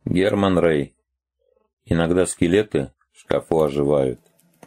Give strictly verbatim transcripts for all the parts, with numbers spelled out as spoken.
Герман Рей. Иногда скелеты в шкафу оживают.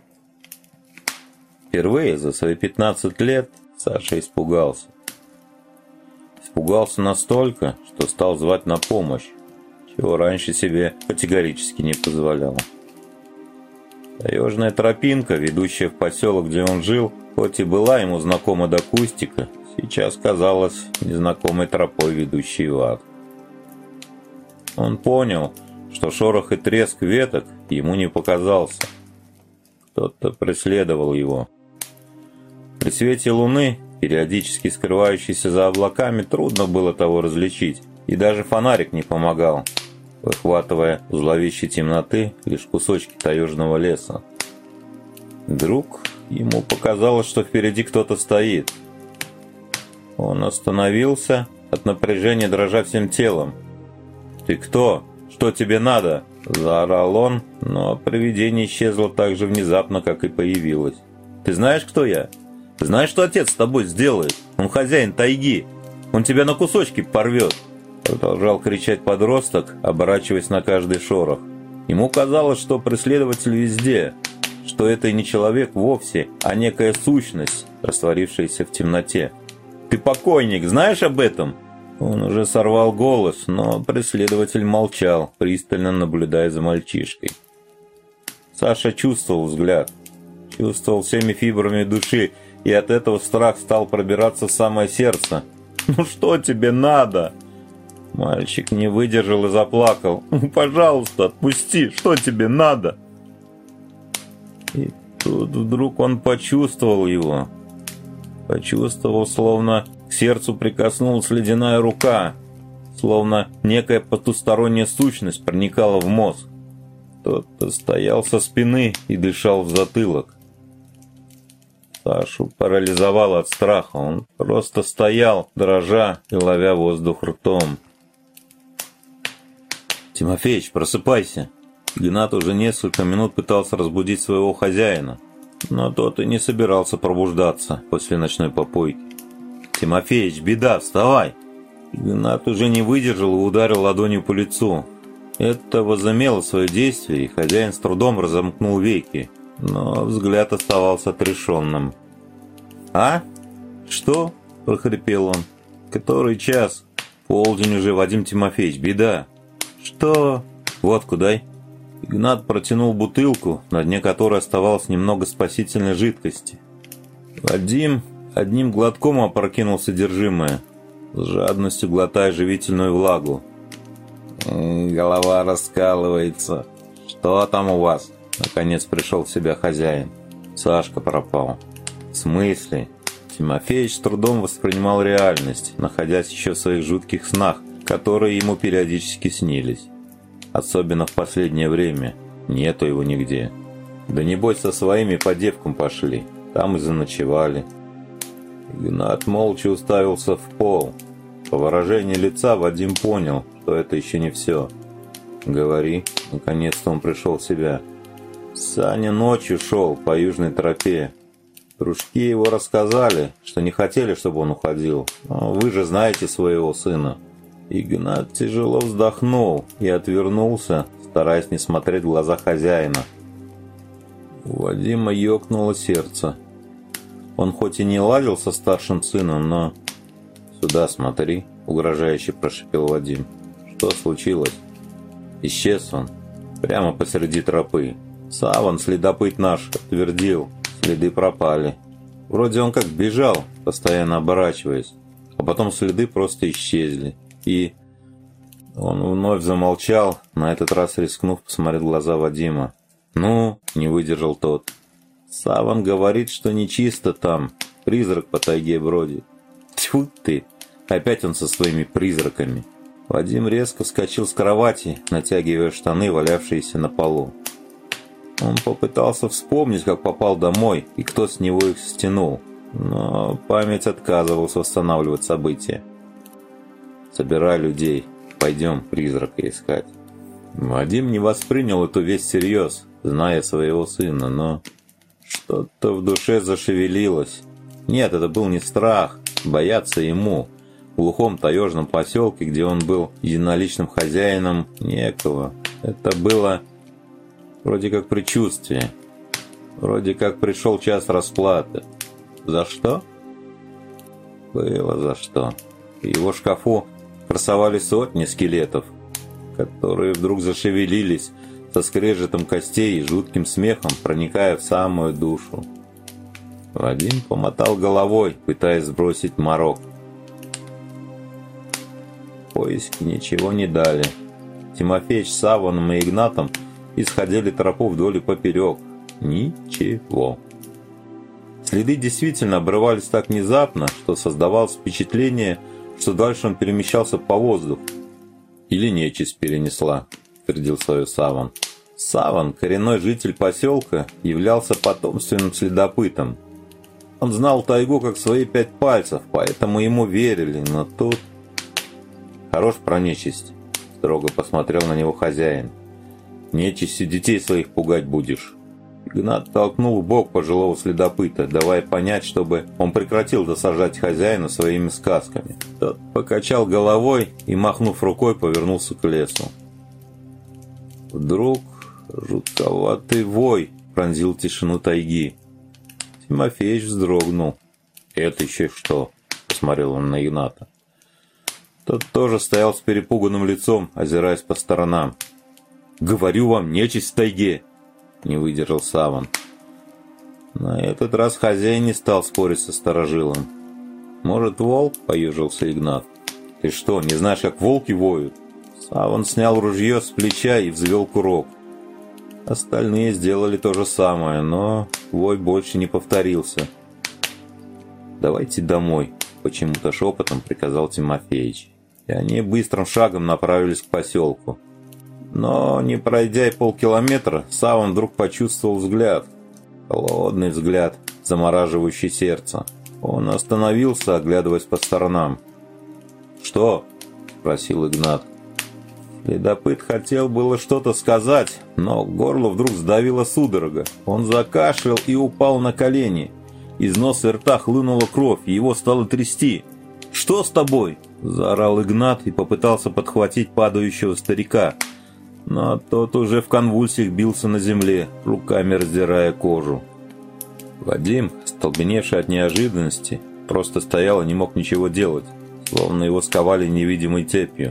Впервые за свои пятнадцать лет Саша испугался. Испугался настолько, что стал звать на помощь, чего раньше себе категорически не позволял. Таежная тропинка, ведущая в поселок, где он жил, хоть и была ему знакома до кустика, сейчас казалась незнакомой тропой, ведущей в ад. Он понял, что шорох и треск веток ему не показался. Кто-то преследовал его. При свете луны, периодически скрывающейся за облаками, трудно было того различить, и даже фонарик не помогал, выхватывая в зловещей темноты лишь кусочки таежного леса. Вдруг ему показалось, что впереди кто-то стоит. Он остановился, от напряжения дрожа всем телом. «Ты кто? Что тебе надо?» – заорал он, но привидение исчезло так же внезапно, как и появилось. «Ты знаешь, кто я? Знаешь, что отец с тобой сделает? Он хозяин тайги. Он тебя на кусочки порвет!» Продолжал кричать подросток, оборачиваясь на каждый шорох. Ему казалось, что преследователь везде, что это и не человек вовсе, а некая сущность, растворившаяся в темноте. «Ты покойник, знаешь об этом?» Он уже сорвал голос, но преследователь молчал, пристально наблюдая за мальчишкой. Саша чувствовал взгляд, чувствовал всеми фибрами души, и от этого страх стал пробираться в самое сердце. «Ну что тебе надо?» Мальчик не выдержал и заплакал. «Пожалуйста, отпусти, что тебе надо?» И тут вдруг он почувствовал его. Почувствовал, словно к сердцу прикоснулась ледяная рука, словно некая потусторонняя сущность проникала в мозг. Кто-то стоял со спины и дышал в затылок. Сашу парализовало от страха. Он просто стоял, дрожа и ловя воздух ртом. «Тимофеич, просыпайся!» Игнат уже несколько минут пытался разбудить своего хозяина, но тот и не собирался пробуждаться после ночной попойки. «Тимофеич, беда, вставай!» Игнат уже не выдержал и ударил ладонью по лицу. Это возымело свое действие, и хозяин с трудом разомкнул веки, но взгляд оставался отрешенным. «А? Что?» – прохрипел он. «Который час?» «Полдень уже, Вадим Тимофеевич, беда!» «Что?» «Водку дай!» Игнат протянул бутылку, на дне которой оставалось немного спасительной жидкости. Вадим одним глотком опрокинул содержимое, с жадностью глотая живительную влагу. «Голова раскалывается. Что там у вас?» Наконец пришел в себя хозяин. «Сашка пропал». «В смысле?» Тимофеич с трудом воспринимал реальность, находясь еще в своих жутких снах, которые ему периодически снились. Особенно в последнее время. Нету его нигде. Да небось со своими по девкам пошли. Там и заночевали. Игнат молча уставился в пол. По выражению лица Вадим понял, что это еще не все. «Говори». Наконец-то он пришел в себя. Саня ночью шел по южной тропе. Дружки его рассказали, что не хотели, чтобы он уходил. Но вы же знаете своего сына. Игнат тяжело вздохнул и отвернулся, стараясь не смотреть в глаза хозяина. У Вадима ёкнуло сердце. Он хоть и не ладил со старшим сыном, но... «Сюда смотри», — угрожающе прошипел Вадим. «Что случилось?» Исчез он. Прямо посреди тропы. Саван, следопыт наш, подтвердил. Следы пропали. Вроде он как бежал, постоянно оборачиваясь. А потом следы просто исчезли. И... Он вновь замолчал, на этот раз рискнув посмотреть в глаза Вадима. «Ну?» — не выдержал тот. «Саван говорит, что нечисто там. Призрак по тайге бродит». «Тьфу ты!» Опять он со своими призраками. Вадим резко вскочил с кровати, натягивая штаны, валявшиеся на полу. Он попытался вспомнить, как попал домой и кто с него их стянул, но память отказывалась восстанавливать события. «Собирай людей, пойдем призрака искать». Вадим не воспринял эту весть всерьез, зная своего сына, но что-то в душе зашевелилось. Нет, это был не страх, бояться ему, в глухом таежном поселке, где он был единоличным хозяином некого. Это было вроде как предчувствие, вроде как пришел час расплаты. За что? Было за что. В его шкафу красовались сотни скелетов, которые вдруг зашевелились со скрежетом костей и жутким смехом, проникая в самую душу. Вадим помотал головой, пытаясь сбросить морок. Поиски ничего не дали. Тимофеич с Саваном и Игнатом исходили тропу вдоль и поперек. Ничего. Следы действительно обрывались так внезапно, что создавалось впечатление, что дальше он перемещался по воздуху. Или нечисть перенесла, твердил свое Саван. Саван, коренной житель поселка, являлся потомственным следопытом. Он знал тайгу как свои пять пальцев, поэтому ему верили, но тут... Хорош про нечисть, строго посмотрел на него хозяин. Нечистью детей своих пугать будешь. Игнат толкнул в бок пожилого следопыта, давая понять, чтобы он прекратил досаждать хозяина своими сказками. Тот покачал головой и, махнув рукой, повернулся к лесу. Вдруг жутковатый вой пронзил тишину тайги. Тимофеич вздрогнул. «Это еще что?» – посмотрел он на Игната. Тот тоже стоял с перепуганным лицом, озираясь по сторонам. «Говорю вам, нечисть в тайге!» – не выдержал Саван. На этот раз хозяин не стал спорить со старожилом. «Может, волк?» – поежился Игнат. «Ты что, не знаешь, как волки воют?» Саван снял ружье с плеча и взвел курок. Остальные сделали то же самое, но вой больше не повторился. «Давайте домой», – почему-то шепотом приказал Тимофеич. И они быстрым шагом направились к поселку. Но, не пройдя и полкилометра, Саван вдруг почувствовал взгляд. Холодный взгляд, замораживающий сердце. Он остановился, оглядываясь по сторонам. «Что?» – спросил Игнат. Следопыт хотел было что-то сказать, но горло вдруг сдавило судорога. Он закашлял и упал на колени. Из носа и рта хлынула кровь, и его стало трясти. «Что с тобой?» – заорал Игнат и попытался подхватить падающего старика. Но тот уже в конвульсиях бился на земле, руками раздирая кожу. Вадим, остолбеневший от неожиданности, просто стоял и не мог ничего делать, словно его сковали невидимой цепью.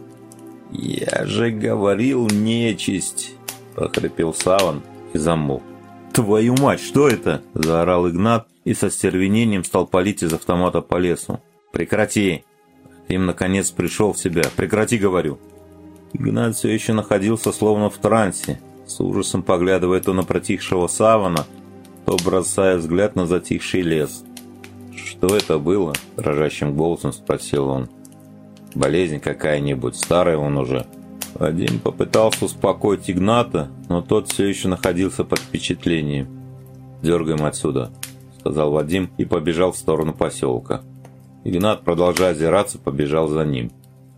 «Я же говорил, нечисть!» – прохрипел Саван и замолк. «Твою мать, что это?» – заорал Игнат и со стервенением стал палить из автомата по лесу. «Прекрати!» Им наконец пришел в себя. «Прекрати, говорю!» Игнат все еще находился словно в трансе, с ужасом поглядывая то на протихшего Савана, то бросая взгляд на затихший лес. «Что это было?» – дрожащим голосом спросил он. «Болезнь какая-нибудь, старая он уже». Вадим попытался успокоить Игната, но тот все еще находился под впечатлением. «Дергаем отсюда», – сказал Вадим и побежал в сторону поселка. Игнат, продолжая озираться, побежал за ним.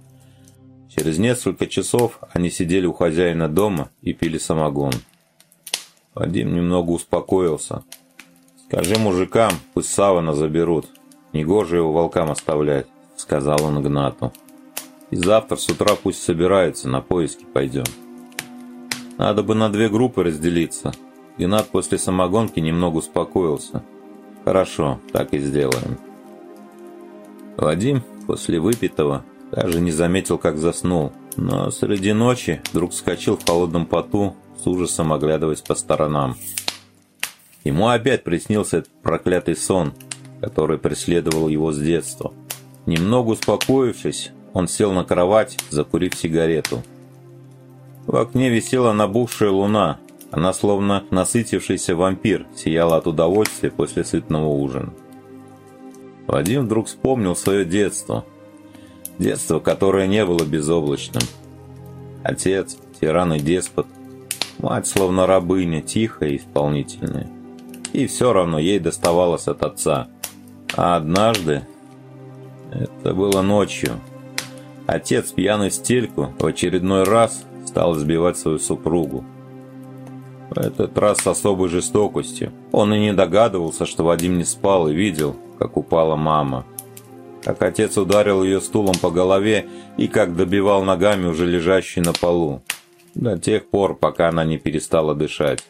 Через несколько часов они сидели у хозяина дома и пили самогон. Вадим немного успокоился. «Скажи мужикам, пусть Савана заберут. Негоже его волкам оставлять», – сказал он Игнату. «И завтра с утра пусть собираются, на поиски пойдем. Надо бы на две группы разделиться». Игнат после самогонки немного успокоился. «Хорошо, так и сделаем». Вадим после выпитого даже не заметил, как заснул, но среди ночи вдруг вскочил в холодном поту, с ужасом оглядываясь по сторонам. Ему опять приснился этот проклятый сон, который преследовал его с детства. Немного успокоившись, он сел на кровать, закурив сигарету. В окне висела набухшая луна. Она, словно насытившийся вампир, сияла от удовольствия после сытного ужина. Вадим вдруг вспомнил свое детство. Детство, которое не было безоблачным. Отец, тиран и деспот. Мать, словно рабыня, тихая и исполнительная. И все равно ей доставалось от отца. А однажды, это было ночью, отец, пьяный в стельку, в очередной раз стал избивать свою супругу. В этот раз с особой жестокостью. Он и не догадывался, что Вадим не спал и видел, как упала мама. как отец ударил ее стулом по голове и как добивал ногами уже лежащую на полу, до тех пор, пока она не перестала дышать.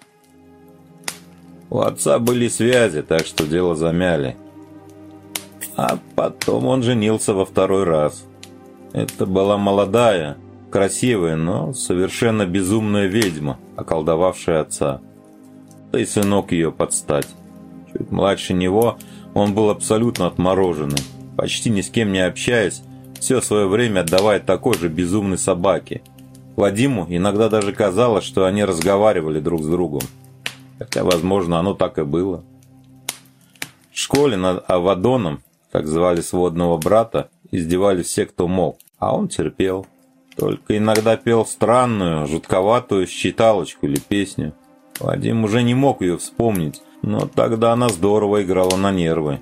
У отца были связи, так что дело замяли. А потом он женился во второй раз. Это была молодая, красивая, но совершенно безумная ведьма, околдовавшая отца. Да и сынок ее под стать. Чуть младше него он был абсолютно отмороженный, почти ни с кем не общаясь, все свое время отдавая такой же безумной собаке. Вадиму иногда даже казалось, что они разговаривали друг с другом. Хотя, возможно, оно так и было. В школе над Авадоном, как звали сводного брата, издевались все, кто мог, а он терпел. Только иногда пел странную, жутковатую считалочку или песню. Вадим уже не мог ее вспомнить, но тогда она здорово играла на нервы.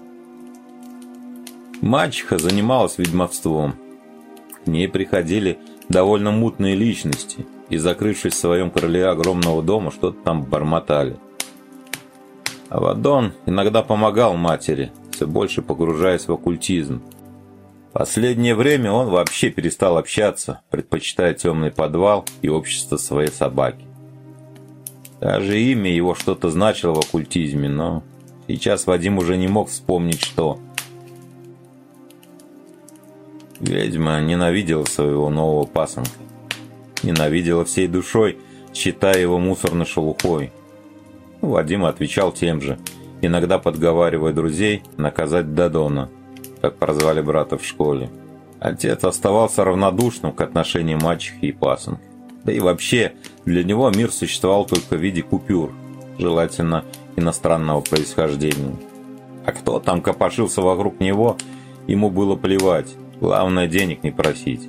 Мачеха занималась ведьмовством. К ней приходили довольно мутные личности и, закрывшись в своем крыле огромного дома, что-то там бормотали. Авадон иногда помогал матери, все больше погружаясь в оккультизм. Последнее время он вообще перестал общаться, предпочитая темный подвал и общество своей собаки. Даже имя его что-то значило в оккультизме, но сейчас Вадим уже не мог вспомнить, что. Ведьма ненавидела своего нового пасынка. Ненавидела всей душой, считая его мусорной шелухой. Вадим отвечал тем же, иногда подговаривая друзей наказать Дадона, как прозвали брата в школе. Отец оставался равнодушным к отношениям мачехи и пасынка. Да и вообще, для него мир существовал только в виде купюр, желательно иностранного происхождения. А кто там копошился вокруг него, ему было плевать. Главное, денег не просить.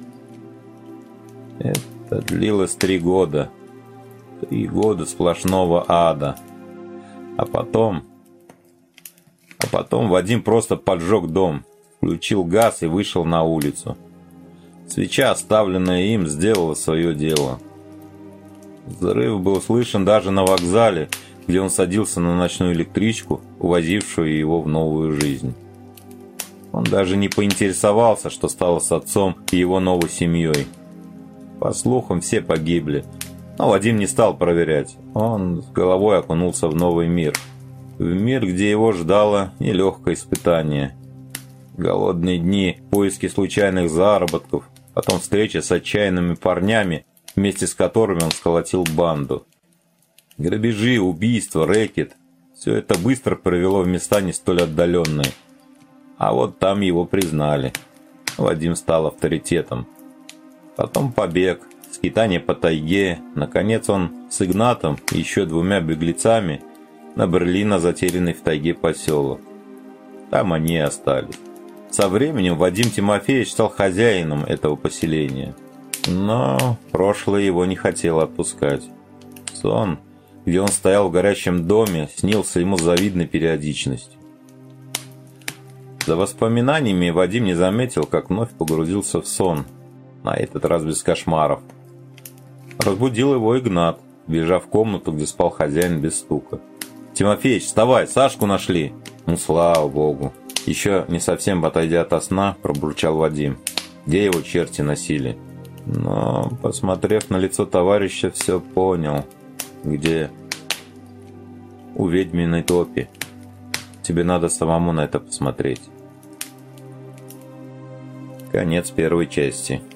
Это длилось три года. Три года сплошного ада. А потом... А потом Вадим просто поджег дом, включил газ и вышел на улицу. Свеча, оставленная им, сделала свое дело. Взрыв был слышен даже на вокзале, где он садился на ночную электричку, увозившую его в новую жизнь. Он даже не поинтересовался, что стало с отцом и его новой семьей. По слухам, все погибли, но Вадим не стал проверять. Он с головой окунулся в новый мир. В мир, где его ждало нелегкое испытание. Голодные дни, поиски случайных заработков, потом встреча с отчаянными парнями, вместе с которыми он сколотил банду. Грабежи, убийства, рэкет – все это быстро привело в места не столь отдаленные. А вот там его признали. Вадим стал авторитетом. Потом побег, скитание по тайге. Наконец он с Игнатом и еще двумя беглецами набрели на затерянный в тайге поселок. Там они и остались. Со временем Вадим Тимофеевич стал хозяином этого поселения. Но прошлое его не хотело отпускать. Сон, где он стоял в горящем доме, снился ему с завидной периодичностью. За воспоминаниями Вадим не заметил, как вновь погрузился в сон, на этот раз без кошмаров. Разбудил его Игнат, бежав в комнату, где спал хозяин без стука. «Тимофеич, вставай, Сашку нашли!» «Ну, слава богу!» Еще не совсем отойдя ото сна, пробурчал Вадим. Где его черти носили? Но, посмотрев на лицо товарища, все понял. Где? У ведьминой топи. Тебе надо самому на это посмотреть. Конец первой части.